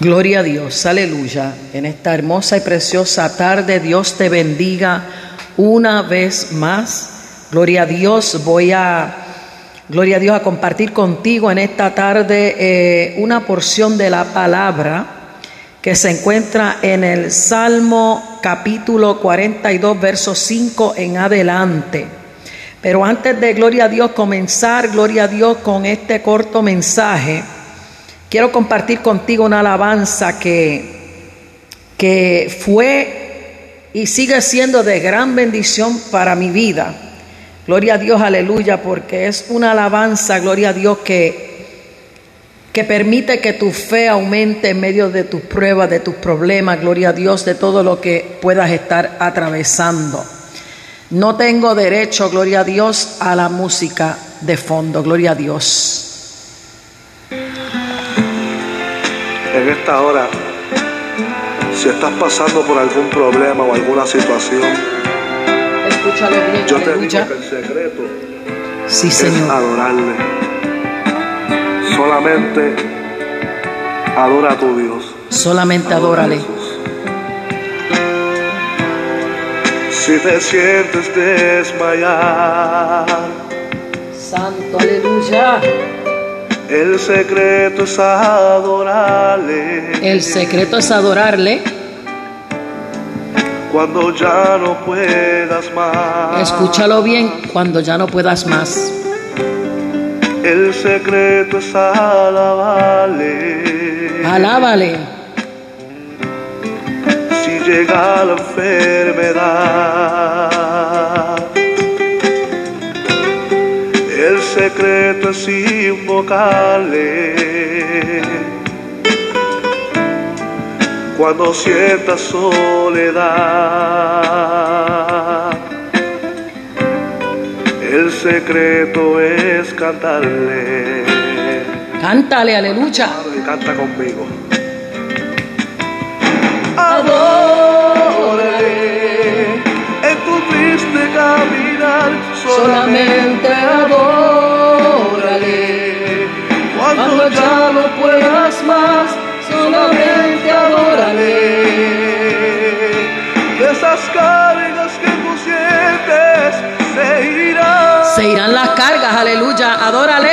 Gloria a Dios, aleluya. En esta hermosa y preciosa tarde, Dios te bendiga una vez más. Gloria a Dios, gloria a Dios, a compartir contigo en esta tarde una porción de la palabra que se encuentra en el Salmo capítulo 42, verso 5 en adelante. Pero antes de, gloria a Dios, comenzar, gloria a Dios, con este corto mensaje, quiero compartir contigo una alabanza que fue y sigue siendo de gran bendición para mi vida. Gloria a Dios, aleluya, porque es una alabanza, gloria a Dios, que permite que tu fe aumente en medio de tus pruebas, de tus problemas, gloria a Dios, de todo lo que puedas estar atravesando. No tengo derecho, gloria a Dios, a la música de fondo, gloria a Dios. En esta hora, si estás pasando por algún problema o alguna situación, escúchalo bien, yo te aleluya. digo que el secreto Sí, es Señor. adorarle. Solamente adora a tu Dios. Solamente Adora a adórale. Jesús. Si te sientes desmayar, Santo, aleluya. el secreto es adorarle. El secreto es adorarle. Cuando ya no puedas más. Escúchalo bien, cuando ya no puedas más. El secreto es alabarle. Alábale. Si llega la enfermedad, el secreto es invocarle. Cuando sientas soledad, el secreto es cantarle. Cántale, aleluya. Y canta conmigo. Adórale. En tu triste caminar, Solamente adórale. Cuando ya no puedas más, solamente adórale. Y esas cargas que tú sientes se irán. Se irán las cargas, aleluya. Adórale.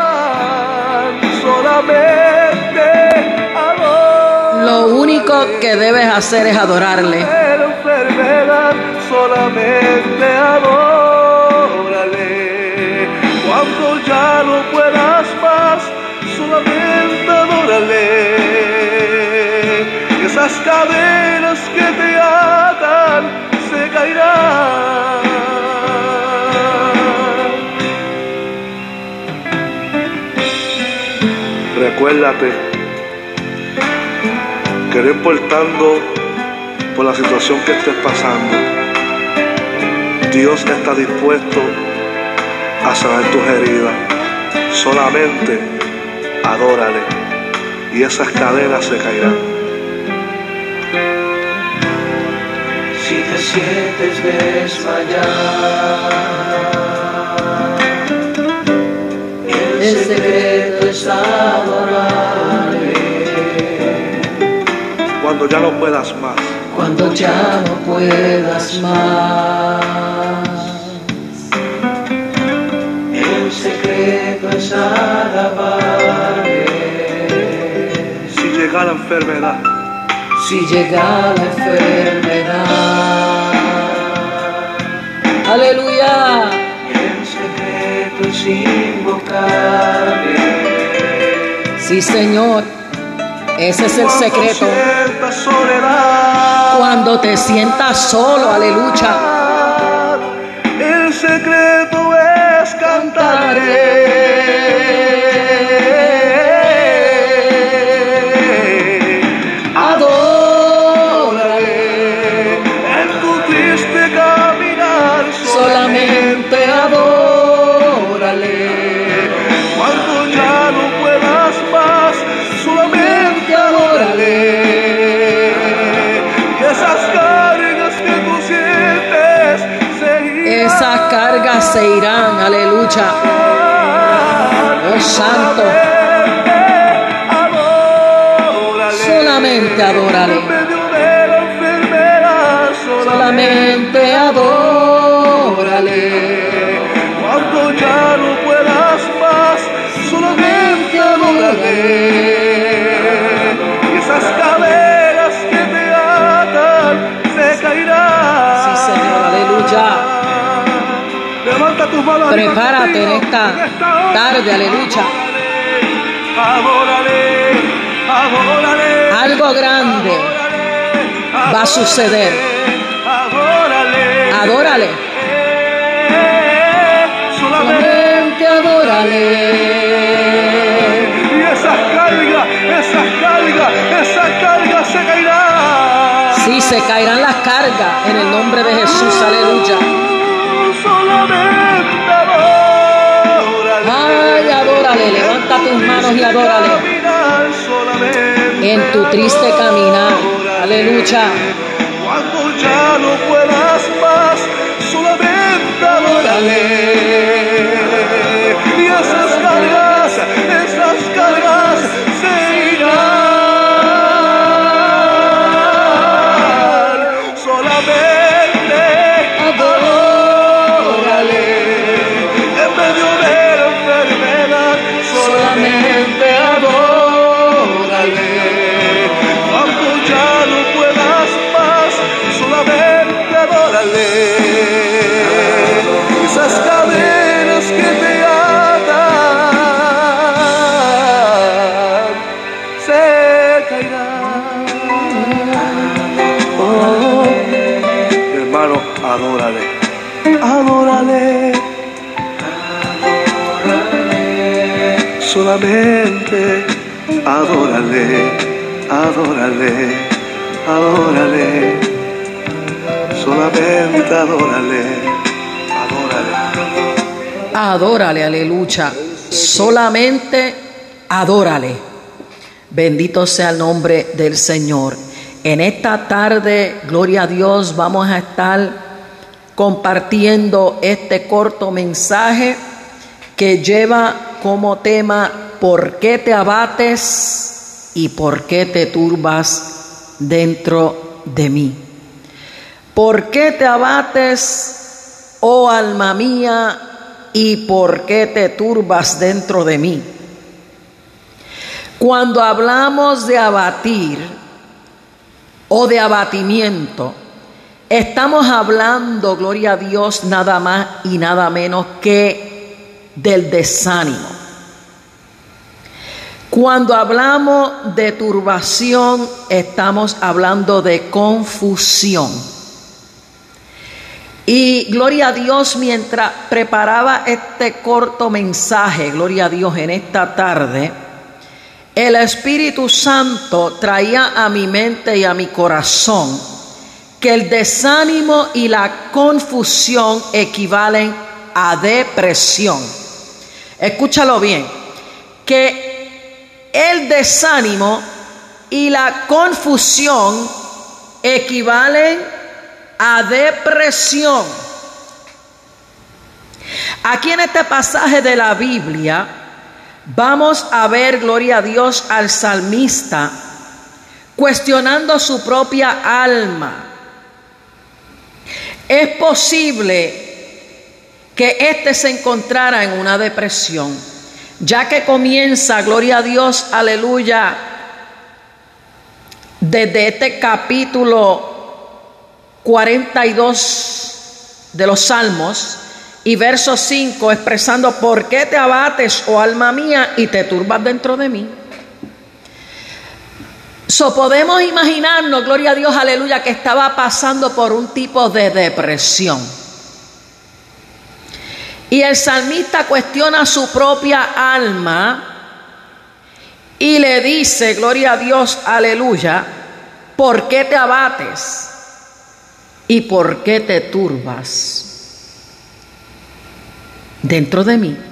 Solamente adórale. Lo único que debes hacer es adorarle. La enfermedad, solamente adórale. Cuando ya no puedas más, solamente adórale. Esas cadenas que te atan se caerán. Recuérdate que no importando por la situación que estés pasando, Dios está dispuesto a sanar tus heridas. Solamente adórale y esas cadenas se caerán. Si te sientes desmayar, el secreto es adorarle. Cuando ya no puedas más, Cuando ya no puedas más. El secreto es alabarle. si llega la enfermedad, Si llega la enfermedad. Aleluya. El secreto es invocarle. Sí, Señor. Ese es el cuando secreto. sientas soledad, Cuando te sientas solo, aleluya. el secreto es cantarle. Adórale. En tu triste caminar, Solamente adórale. cuando ya no puedas más, solamente adórale. Y esas cargas que tú sientes se irán. Esas cargas se irán, aleluya. Oh, santo. Adórale. adórale. En medio de la enfermedad, Solamente adórale. cuando ya no puedas más, solamente adórale. Y esas cadenas que te atan se caerán. Sí, Señor, aleluya. Levanta tus manos. Prepárate en esta tarde, aleluya. Adórale, adórale. Algo grande va a suceder. Adórale, Adórale. Solamente adórale. Y esas cargas se caerán. Sí, se caerán las cargas en el nombre de Jesús, aleluya. Solamente adórale. Ay, adórale, levanta tus manos y adórale. En tu triste caminar, aleluya. Cuando ya no puedas más, solamente adórale. Y esas cargas se irán. Solamente adórale. En medio de la enfermedad, solamente adórale. Cuando ya no puedas más, solamente adórale. Esas cadenas que te atan se caerán. Oh, hermano, adórale, adórale. Solamente adórale, adórale, adórale. Solamente adórale, adórale. Adórale, aleluya. Solamente adórale. Bendito sea el nombre del Señor. En esta tarde, gloria a Dios, vamos a estar compartiendo este corto mensaje que lleva como tema ¿por qué te abates y por qué te turbas dentro de mí? ¿Por qué te abates, oh alma mía, y por qué te turbas dentro de mí? Cuando hablamos de abatir o de abatimiento, estamos hablando, gloria a Dios, nada más y nada menos que del desánimo. Cuando hablamos de turbación, estamos hablando de confusión. Y gloria a Dios, mientras preparaba este corto mensaje, gloria a Dios, en esta tarde, el Espíritu Santo traía a mi mente y a mi corazón que el desánimo y la confusión equivalen a depresión. Escúchalo bien, que el desánimo y la confusión equivalen a depresión. Aquí en este pasaje de la Biblia vamos a ver, gloria a Dios, al salmista cuestionando su propia alma. Es posible que éste se encontrara en una depresión, ya que comienza, gloria a Dios, aleluya, desde este capítulo 42 de los Salmos y verso 5, expresando ¿por qué te abates, oh alma mía, y te turbas dentro de mí? Podemos imaginarnos, gloria a Dios, aleluya, que estaba pasando por un tipo de depresión. Y el salmista cuestiona su propia alma y le dice, gloria a Dios, aleluya, ¿por qué te abates y por qué te turbas dentro de mí?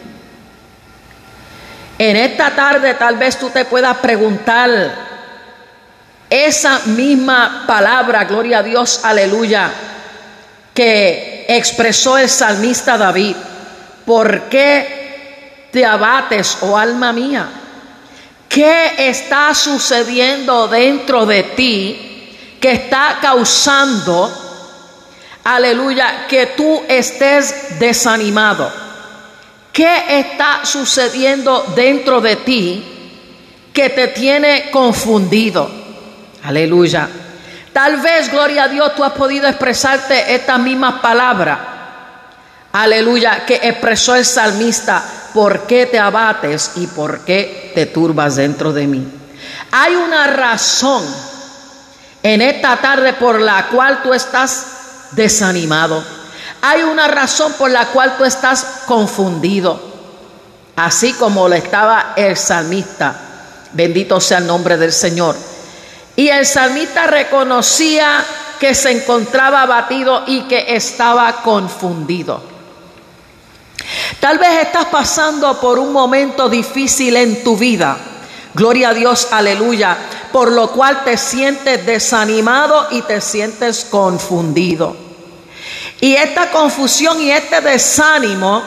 En esta tarde tal vez tú te puedas preguntar esa misma palabra, gloria a Dios, aleluya, que expresó el salmista David. ¿Por qué te abates, oh alma mía? ¿Qué está sucediendo dentro de ti que está causando, aleluya, que tú estés desanimado? ¿Qué está sucediendo dentro de ti que te tiene confundido? Aleluya. Tal vez, gloria a Dios, tú has podido expresarte estas mismas palabras. Aleluya, que expresó el salmista: ¿por qué te abates y por qué te turbas dentro de mí? Hay una razón en esta tarde por la cual tú estás desanimado. Hay una razón por la cual tú estás confundido, así como lo estaba el salmista. Bendito sea el nombre del Señor. Y el salmista reconocía que se encontraba abatido y que estaba confundido. Tal vez estás pasando por un momento difícil en tu vida. Gloria a Dios, aleluya. Por lo cual te sientes desanimado y te sientes confundido. Y esta confusión y este desánimo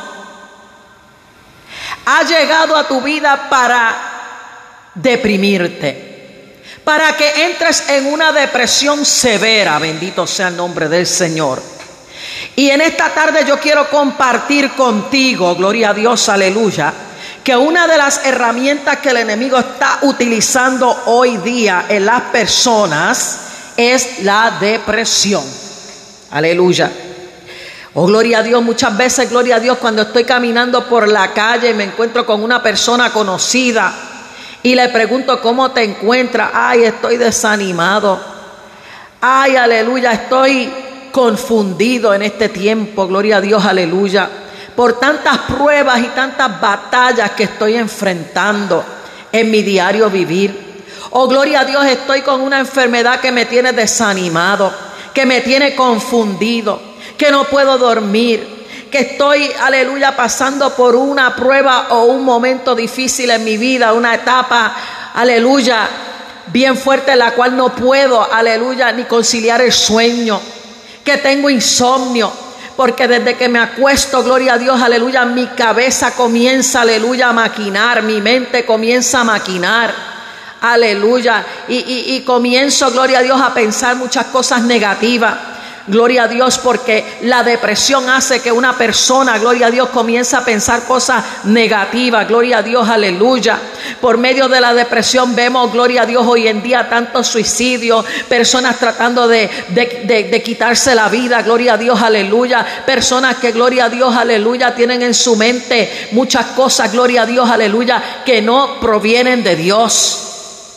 ha llegado a tu vida para deprimirte, para que entres en una depresión severa. Bendito sea el nombre del Señor. Y en esta tarde yo quiero compartir contigo, gloria a Dios, aleluya, que una de las herramientas que el enemigo está utilizando hoy día en las personas es la depresión. Aleluya. Oh, gloria a Dios. Muchas veces, gloria a Dios, cuando estoy caminando por la calle y me encuentro con una persona conocida y le pregunto: ¿cómo te encuentras? Ay, estoy desanimado. Ay, aleluya, estoy confundido en este tiempo, gloria a Dios, aleluya, por tantas pruebas y tantas batallas que estoy enfrentando en mi diario vivir. Oh, gloria a Dios, estoy con una enfermedad que me tiene desanimado, que me tiene confundido, que no puedo dormir, que estoy, aleluya, pasando por una prueba o un momento difícil en mi vida, una etapa, aleluya, bien fuerte, en la cual no puedo, aleluya, ni conciliar el sueño, que tengo insomnio, porque desde que me acuesto, gloria a Dios, aleluya, mi cabeza comienza, aleluya, a maquinar, mi mente comienza a maquinar, aleluya, y comienzo, gloria a Dios, a pensar muchas cosas negativas. Gloria a Dios, porque la depresión hace que una persona, gloria a Dios, comienza a pensar cosas negativas. Gloria a Dios, aleluya. Por medio de la depresión vemos, gloria a Dios, hoy en día tantos suicidios, personas tratando de quitarse la vida. Gloria a Dios, aleluya. Personas que, gloria a Dios, aleluya, tienen en su mente muchas cosas, gloria a Dios, aleluya, que no provienen de Dios.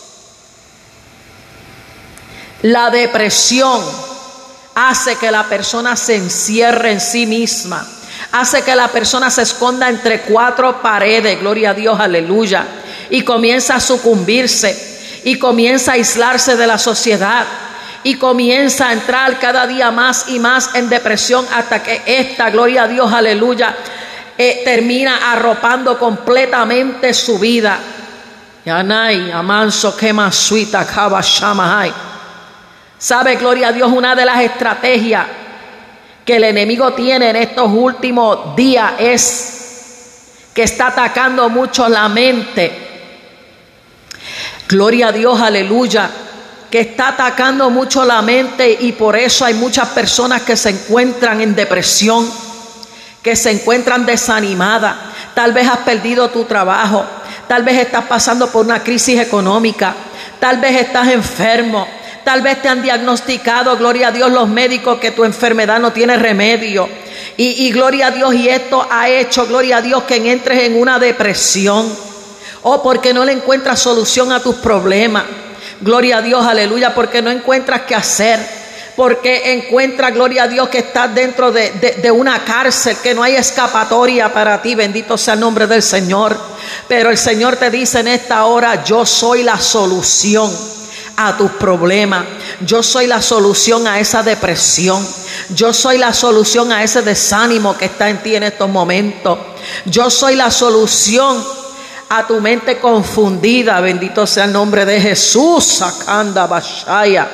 La depresión hace que la persona se encierre en sí misma, hace que la persona se esconda entre cuatro paredes, gloria a Dios, aleluya, y comienza a sucumbirse, y comienza a aislarse de la sociedad, y comienza a entrar cada día más y más en depresión, hasta que esta, gloria a Dios, aleluya, termina arropando completamente su vida. Yanai, amanso, quema suita, kaba shamahai. ¿Sabe, gloria a Dios? Una de las estrategias que el enemigo tiene en estos últimos días es que está atacando mucho la mente. Gloria a Dios, aleluya. Que está atacando mucho la mente, y por eso hay muchas personas que se encuentran en depresión, que se encuentran desanimadas. Tal vez has perdido tu trabajo, tal vez estás pasando por una crisis económica, tal vez estás enfermo. Tal vez te han diagnosticado, gloria a Dios, los médicos, que tu enfermedad no tiene remedio. Y gloria a Dios, y esto ha hecho, gloria a Dios, que entres en una depresión. O porque no le encuentras solución a tus problemas. Gloria a Dios, aleluya, porque no encuentras qué hacer. Porque encuentras, gloria a Dios, que estás dentro de una cárcel, que no hay escapatoria para ti. Bendito sea el nombre del Señor. Pero el Señor te dice en esta hora: yo soy la solución a tus problemas. Yo soy la solución a esa depresión. Yo soy la solución a ese desánimo que está en ti en estos momentos. Yo soy la solución a tu mente confundida. Bendito sea el nombre de Jesús. Sacanda Bashaya.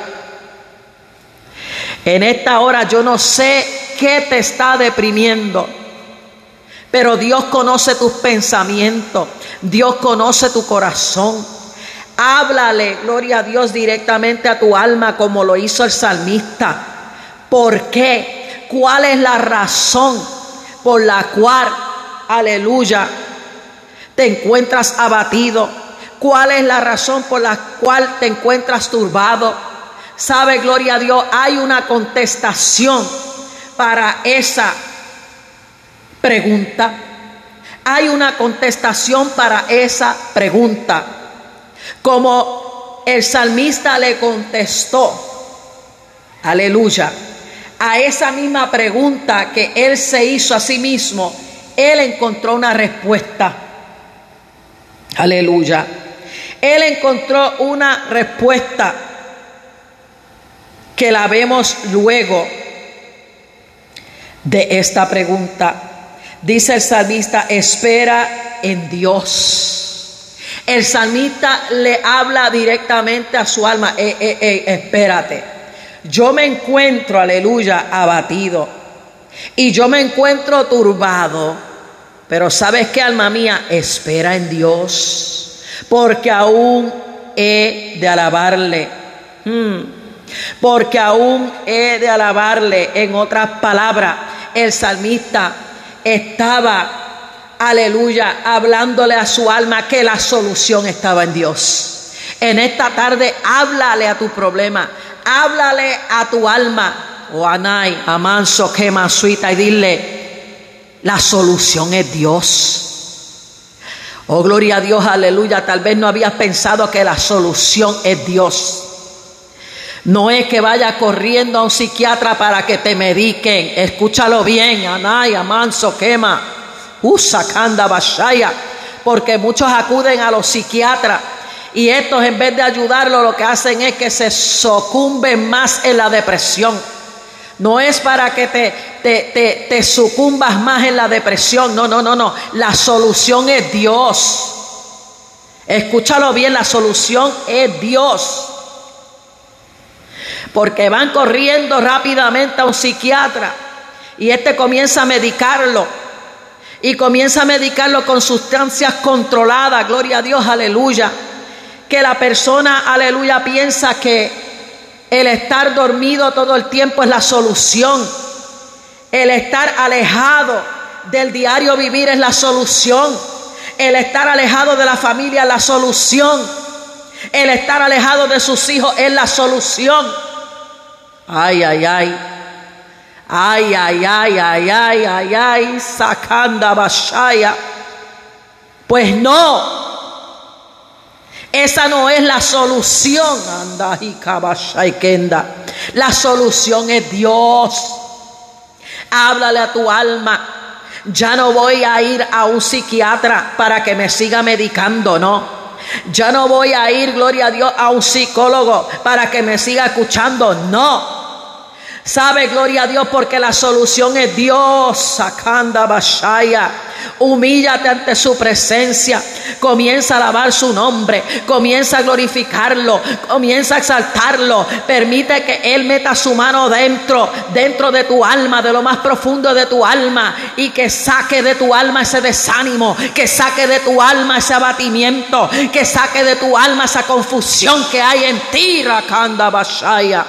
En esta hora yo no sé qué te está deprimiendo, pero Dios conoce tus pensamientos. Dios conoce tu corazón. Háblale, gloria a Dios, directamente a tu alma como lo hizo el salmista. ¿Por qué? ¿Cuál es la razón por la cual, aleluya, te encuentras abatido? ¿Cuál es la razón por la cual te encuentras turbado? ¿Sabe, gloria a Dios? Hay una contestación para esa pregunta. Hay una contestación para esa pregunta. Como el salmista le contestó, aleluya, a esa misma pregunta que él se hizo a sí mismo, él encontró una respuesta. Aleluya. Él encontró una respuesta que la vemos luego de esta pregunta. Dice el salmista, espera en Dios. El salmista le habla directamente a su alma. Espérate. Yo me encuentro, aleluya, abatido. Y yo me encuentro turbado. Pero ¿sabes qué, alma mía? Espera en Dios. Porque aún he de alabarle. Porque aún he de alabarle. En otras palabras, el salmista estaba, aleluya, hablándole a su alma que la solución estaba en Dios. En esta tarde, háblale a tu problema, háblale a tu alma, o anai, amanso, quema, suita, y dile, la solución es Dios. Oh, gloria a Dios, aleluya. Tal vez no habías pensado que la solución es Dios. No es que vaya corriendo a un psiquiatra para que te mediquen. Escúchalo bien, anay, amanso, quema, usakanda, bashaya. Porque muchos acuden a los psiquiatras y estos, en vez de ayudarlo, lo que hacen es que se sucumben más en la depresión. No es para que te sucumbas más en la depresión. No. La solución es Dios. Escúchalo bien, la solución es Dios. Porque van corriendo rápidamente a un psiquiatra y este comienza a medicarlo. Y comienza a medicarlo con sustancias controladas. Gloria a Dios, aleluya. Que la persona, aleluya, piensa que el estar dormido todo el tiempo es la solución. El estar alejado del diario vivir es la solución. El estar alejado de la familia es la solución. El estar alejado de sus hijos es la solución. Ay, sacanda bashaya. Pues no. Esa no es la solución. La solución es Dios. Háblale a tu alma. Ya no voy a ir a un psiquiatra para que me siga medicando, no. Ya no voy a ir, gloria a Dios, a un psicólogo para que me siga escuchando, no. ¿Sabe, gloria a Dios? Porque la solución es Dios. Sacanda bashaya. Humíllate ante su presencia. Comienza a alabar su nombre. Comienza a glorificarlo. Comienza a exaltarlo. Permite que Él meta su mano dentro de tu alma, de lo más profundo de tu alma, y que saque de tu alma ese desánimo, que saque de tu alma ese abatimiento, que saque de tu alma esa confusión que hay en ti. Rakanda bashaya.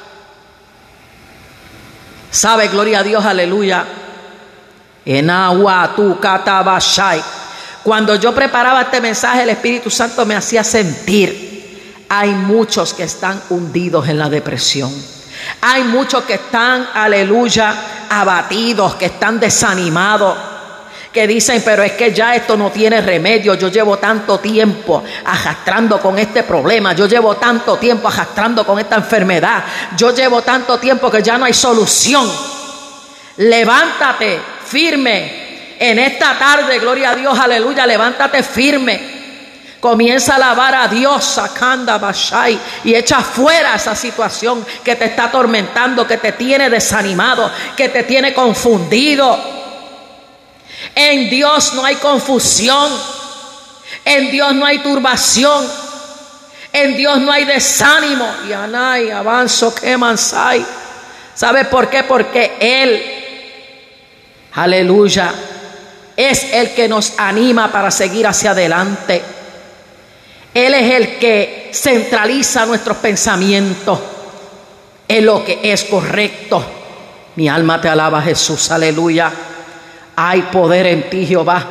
¿Sabe? Gloria a Dios, aleluya. En agua tu katabashai. Cuando yo preparaba este mensaje, el Espíritu Santo me hacía sentir. Hay muchos que están hundidos en la depresión. Hay muchos que están, aleluya, abatidos, que están desanimados, que dicen, pero es que ya esto no tiene remedio. Yo llevo tanto tiempo arrastrando con este problema. Yo llevo tanto tiempo arrastrando con esta enfermedad. Yo llevo tanto tiempo que ya no hay solución. Levántate firme en esta tarde, gloria a Dios, aleluya. Levántate firme. Comienza a alabar a Dios, sacanda bashai, y echa fuera esa situación que te está atormentando, que te tiene desanimado, que te tiene confundido. En Dios no hay confusión. En Dios no hay turbación. En Dios no hay desánimo. Y anay, avanzo, quemansai. ¿Sabe por qué? Porque Él, aleluya, es el que nos anima para seguir hacia adelante. Él es el que centraliza nuestros pensamientos en lo que es correcto. Mi alma te alaba, Jesús, aleluya. Hay poder en ti, Jehová.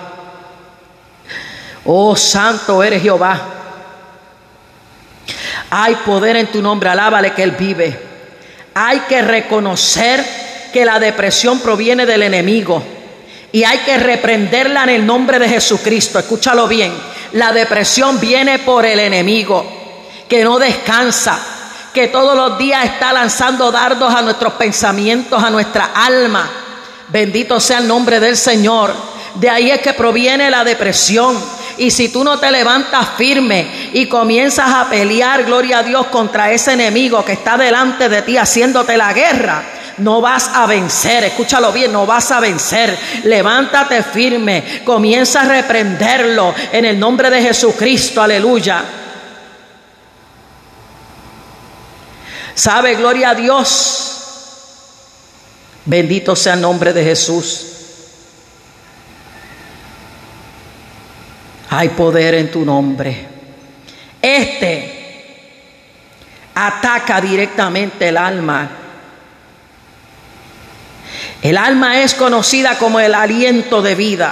Oh, santo eres Jehová. Hay poder en tu nombre, alábale que Él vive. Hay que reconocer que la depresión proviene del enemigo y hay que reprenderla en el nombre de Jesucristo. Escúchalo bien. La depresión viene por el enemigo, que no descansa, que todos los días está lanzando dardos a nuestros pensamientos, a nuestra alma. Bendito sea el nombre del Señor. De ahí es que proviene la depresión. Y si tú no te levantas firme y comienzas a pelear, gloria a Dios, contra ese enemigo que está delante de ti haciéndote la guerra, no vas a vencer. Escúchalo bien, no vas a vencer. Levántate firme, comienza a reprenderlo en el nombre de Jesucristo, aleluya. ¿Sabe? Gloria a Dios. Bendito sea el nombre de Jesús. Hay poder en tu nombre. Ataca directamente el alma. El alma es conocida como el aliento de vida.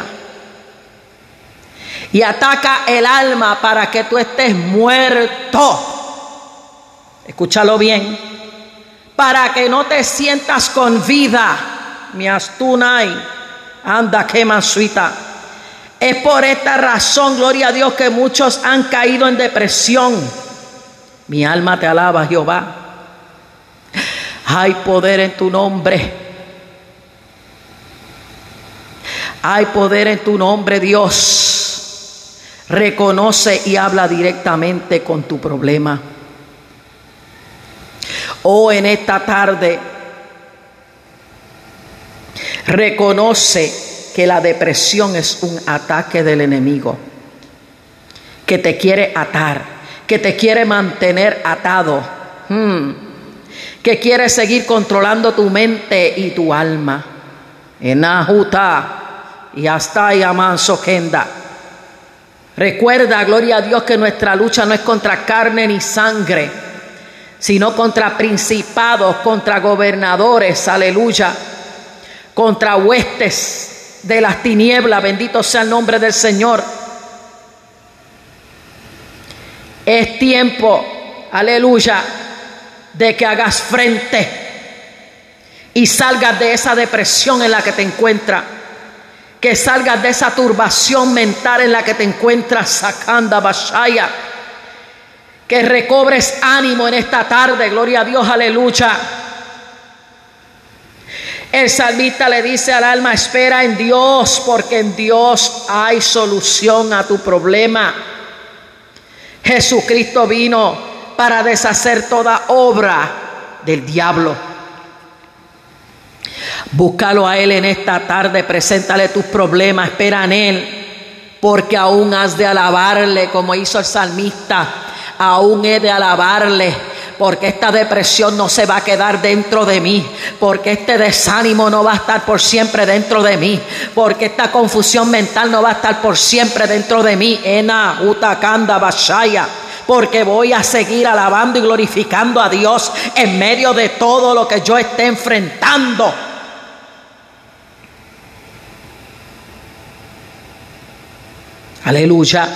Y ataca el alma para que tú estés muerto. Escúchalo bien. Para que no te sientas con vida. Mi astunai. Anda quema suita. Es por esta razón, gloria a Dios, que muchos han caído en depresión. Mi alma te alaba, Jehová. Hay poder en tu nombre. Hay poder en tu nombre, Dios. Reconoce y habla directamente con tu problema. Oh, en esta tarde, reconoce que la depresión es un ataque del enemigo, que te quiere atar, que te quiere mantener atado, que quiere seguir controlando tu mente y tu alma. Enajuta y hasta yamanso kenda. Recuerda, gloria a Dios, que nuestra lucha no es contra carne ni sangre, sino contra principados, contra gobernadores, aleluya, contra huestes de las tinieblas. Bendito sea el nombre del Señor. Es tiempo, aleluya, de que hagas frente y salgas de esa depresión en la que te encuentras, que salgas de esa turbación mental en la que te encuentras, Sakanda Bashaya, que recobres ánimo en esta tarde, gloria a Dios, aleluya. El salmista le dice al alma: espera en Dios, porque en Dios hay solución a tu problema. Jesucristo vino para deshacer toda obra del diablo. Búscalo a Él en esta tarde, preséntale tus problemas, espera en Él, porque aún has de alabarle como hizo el salmista. Aún he de alabarle, porque esta depresión no se va a quedar dentro de mí, porque este desánimo no va a estar por siempre dentro de mí, porque esta confusión mental no va a estar por siempre dentro de mí. Ena utakanda bashaya, porque voy a seguir alabando y glorificando a Dios en medio de todo lo que yo esté enfrentando. Aleluya.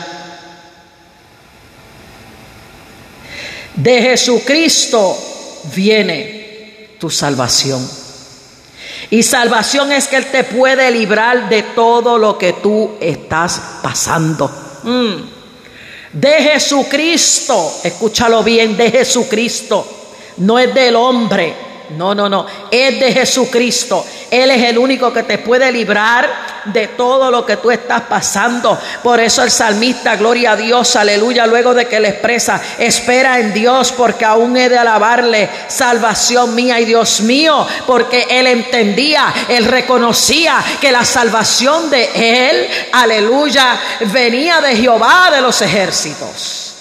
De Jesucristo viene tu salvación. Y salvación es que Él te puede librar de todo lo que tú estás pasando. De Jesucristo, escúchalo bien, de Jesucristo. No es del hombre. No, es de Jesucristo. Él es el único que te puede librar de todo lo que tú estás pasando. Por eso el salmista, gloria a Dios, aleluya, luego de que le expresa: espera en Dios, porque aún he de alabarle, salvación mía y Dios mío. Porque él entendía, él reconocía que la salvación de él, aleluya, venía de Jehová de los ejércitos.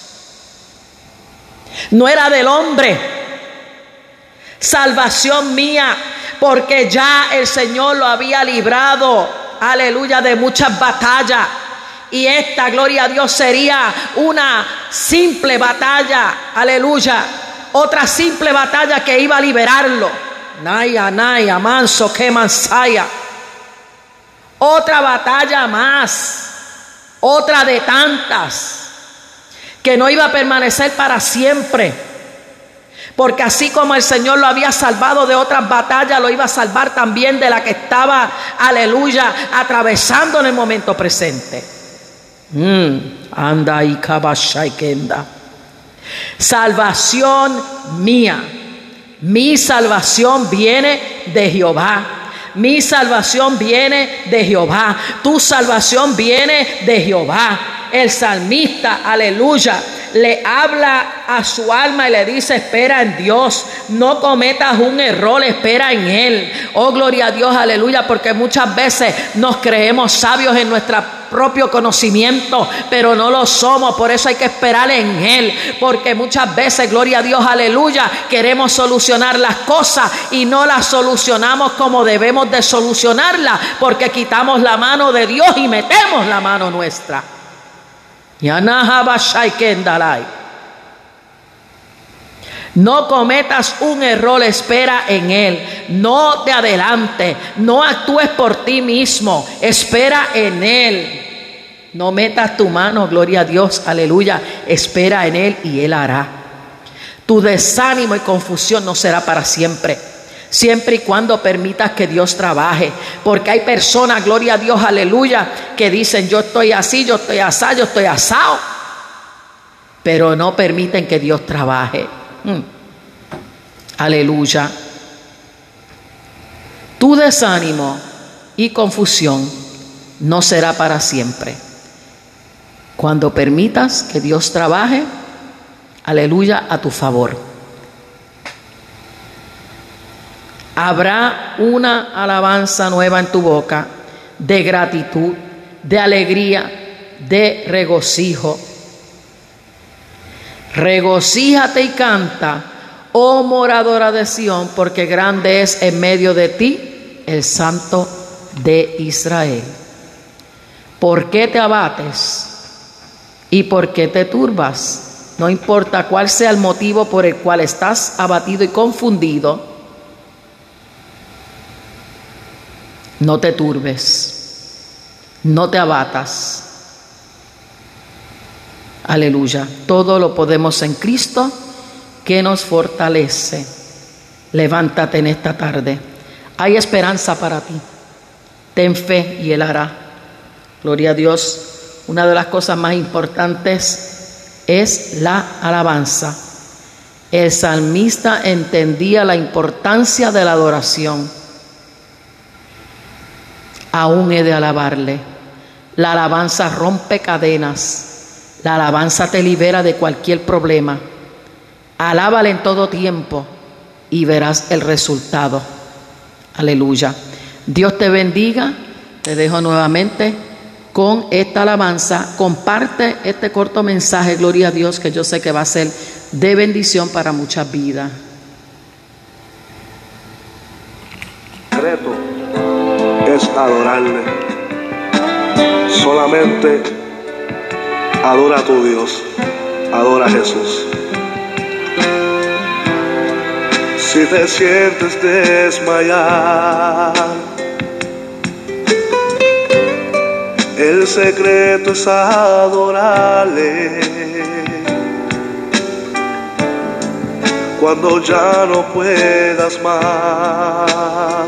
No era del hombre. Salvación mía, porque ya el Señor lo había librado, aleluya, de muchas batallas. Y esta, gloria a Dios, sería una simple batalla, aleluya, otra simple batalla que iba a liberarlo. Naya, manso, que mansaya. Otra batalla más, otra de tantas, que no iba a permanecer para siempre. Porque así como el Señor lo había salvado de otras batallas, lo iba a salvar también de la que estaba, aleluya, atravesando en el momento presente. Anda y kabashaikenda. Salvación mía. Mi salvación viene de Jehová. Mi salvación viene de Jehová. Tu salvación viene de Jehová. El salmista, aleluya, le habla a su alma y le dice: espera en Dios, no cometas un error, espera en Él. Oh, gloria a Dios, aleluya, porque muchas veces nos creemos sabios en nuestro propio conocimiento, pero no lo somos. Por eso hay que esperar en Él, porque muchas veces, gloria a Dios, aleluya, queremos solucionar las cosas y no las solucionamos como debemos de solucionarlas, porque quitamos la mano de Dios y metemos la mano nuestra. No cometas un error, espera en Él. No te adelantes, no actúes por ti mismo, espera en Él. No metas tu mano, gloria a Dios, aleluya, espera en Él y Él hará. Tu desánimo y confusión no será para siempre, siempre y cuando permitas que Dios trabaje. Porque hay personas, gloria a Dios, aleluya, que dicen: yo estoy así, yo estoy asado, yo estoy asado, pero no permiten que Dios trabaje. Aleluya. Tu desánimo y confusión no será para siempre. Cuando permitas que Dios trabaje, aleluya, a tu favor. Habrá una alabanza nueva en tu boca, de gratitud, de alegría, de regocijo. Regocíjate y canta, oh moradora de Sión, porque grande es en medio de ti el Santo de Israel. ¿Por qué te abates y por qué te turbas? No importa cuál sea el motivo por el cual estás abatido y confundido, no te turbes, no te abatas. Aleluya. Todo lo podemos en Cristo que nos fortalece. Levántate en esta tarde. Hay esperanza para ti. Ten fe y Él hará. Gloria a Dios. Una de las cosas más importantes es la alabanza. El salmista entendía la importancia de la adoración. Aún he de alabarle. La alabanza rompe cadenas. La alabanza te libera de cualquier problema. Alábale en todo tiempo y verás el resultado. Aleluya. Dios te bendiga. Te dejo nuevamente con esta alabanza. Comparte este corto mensaje, gloria a Dios, que yo sé que va a ser de bendición para muchas vidas. El secreto es adorarle. Solamente adora a tu Dios, adora a Jesús. Si te sientes desmayar, el secreto es adorarle. Cuando ya no puedas más,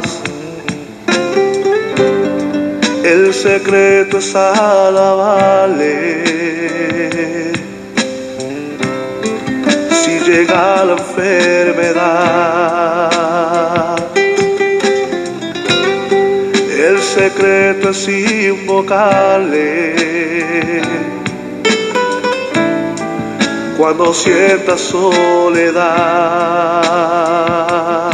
el secreto es alabarle. Si llega la enfermedad, el secreto es invocarle. Cuando sientas soledad,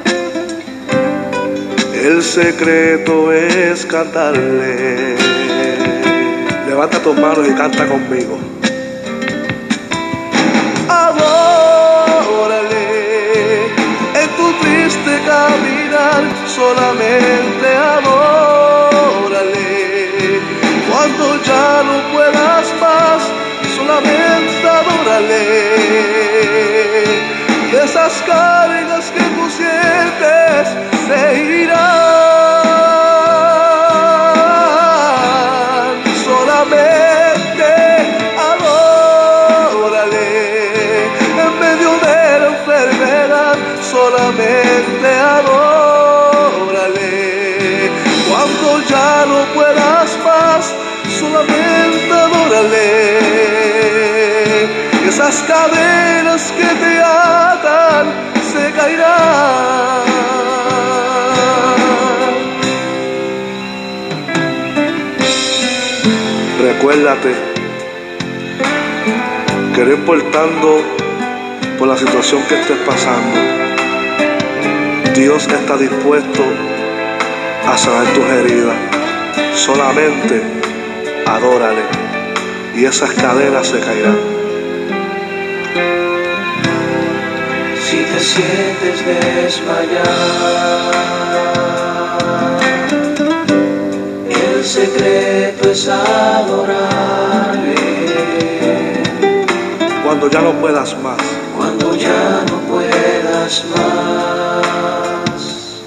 el secreto es cantarle. Levanta tus manos y canta conmigo. Adórale en tu triste caminar, solamente adórale. Cuando ya no esas cargas que tú sientes se irán. Solamente adórale en medio de la enfermedad. Solamente adórale cuando ya no puedas más. Solamente adórale. Esas cadenas que te atan se caerán. Recuérdate que no importando por la situación que estés pasando, Dios está dispuesto a sanar tus heridas. Solamente adórale y esas cadenas se caerán. Si te sientes desmayar, el secreto es adorarle. Cuando ya no puedas más. Cuando ya no puedas más,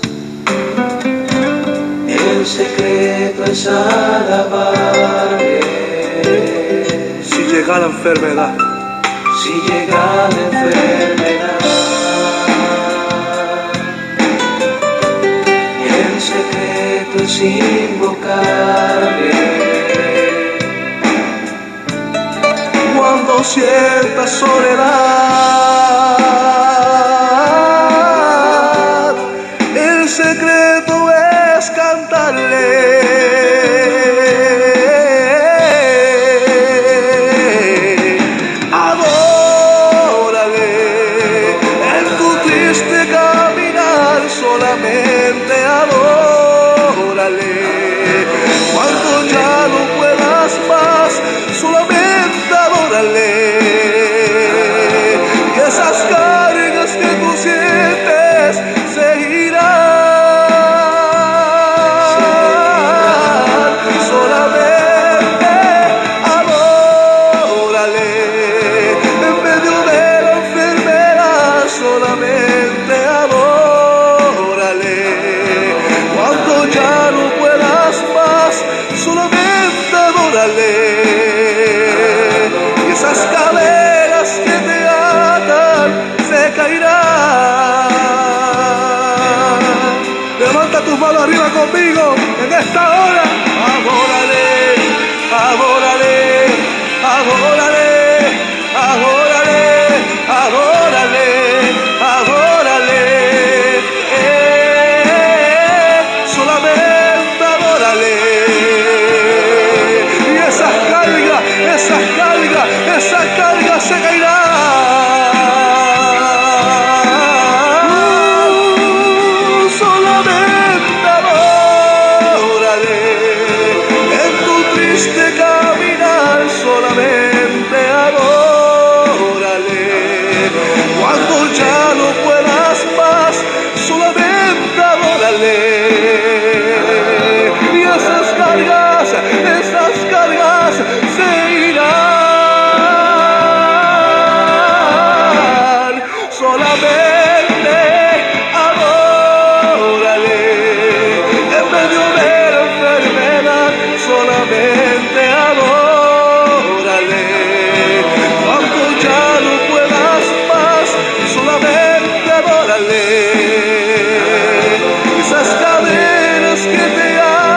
el secreto es alabarle. Si llega la enfermedad. Si llega la enfermedad, el secreto es invocarle. Cuando sientas soledad, el secreto es cantarle. Solamente adórale. Cuando ya no puedas más, solamente adórale. Y esas cargas que tú sientes se irán. Solamente adórale. En medio de la enfermedad, solamente adórale. Cuando ya no puedas más, solamente adórale. Y esas cadenas que te atan se caerán. Levanta tus manos arriba conmigo en esta hora. Adórale, adórale, adórale, adórale, adórale, adórale. Solamente adórale. Y esas cargas se caerán. Solamente adórale. En tu triste caminar, solamente adórale. Cuando ya no puedas más, solamente adórale. Y esas cargas se irán. Solamente adórale. En medio de la enfermedad, solamente adórale. Cuando ya no puedas más, solamente adórale. Esas cadenas que te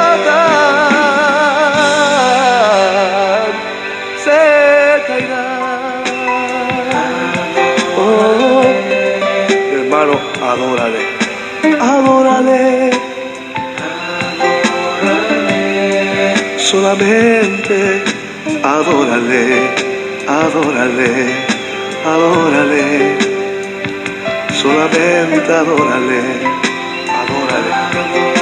atan se caerán. Oh, hermano, adórale. Adórale. Solamente adórale. Adórale. Adórale. Solamente adórale. Adórale.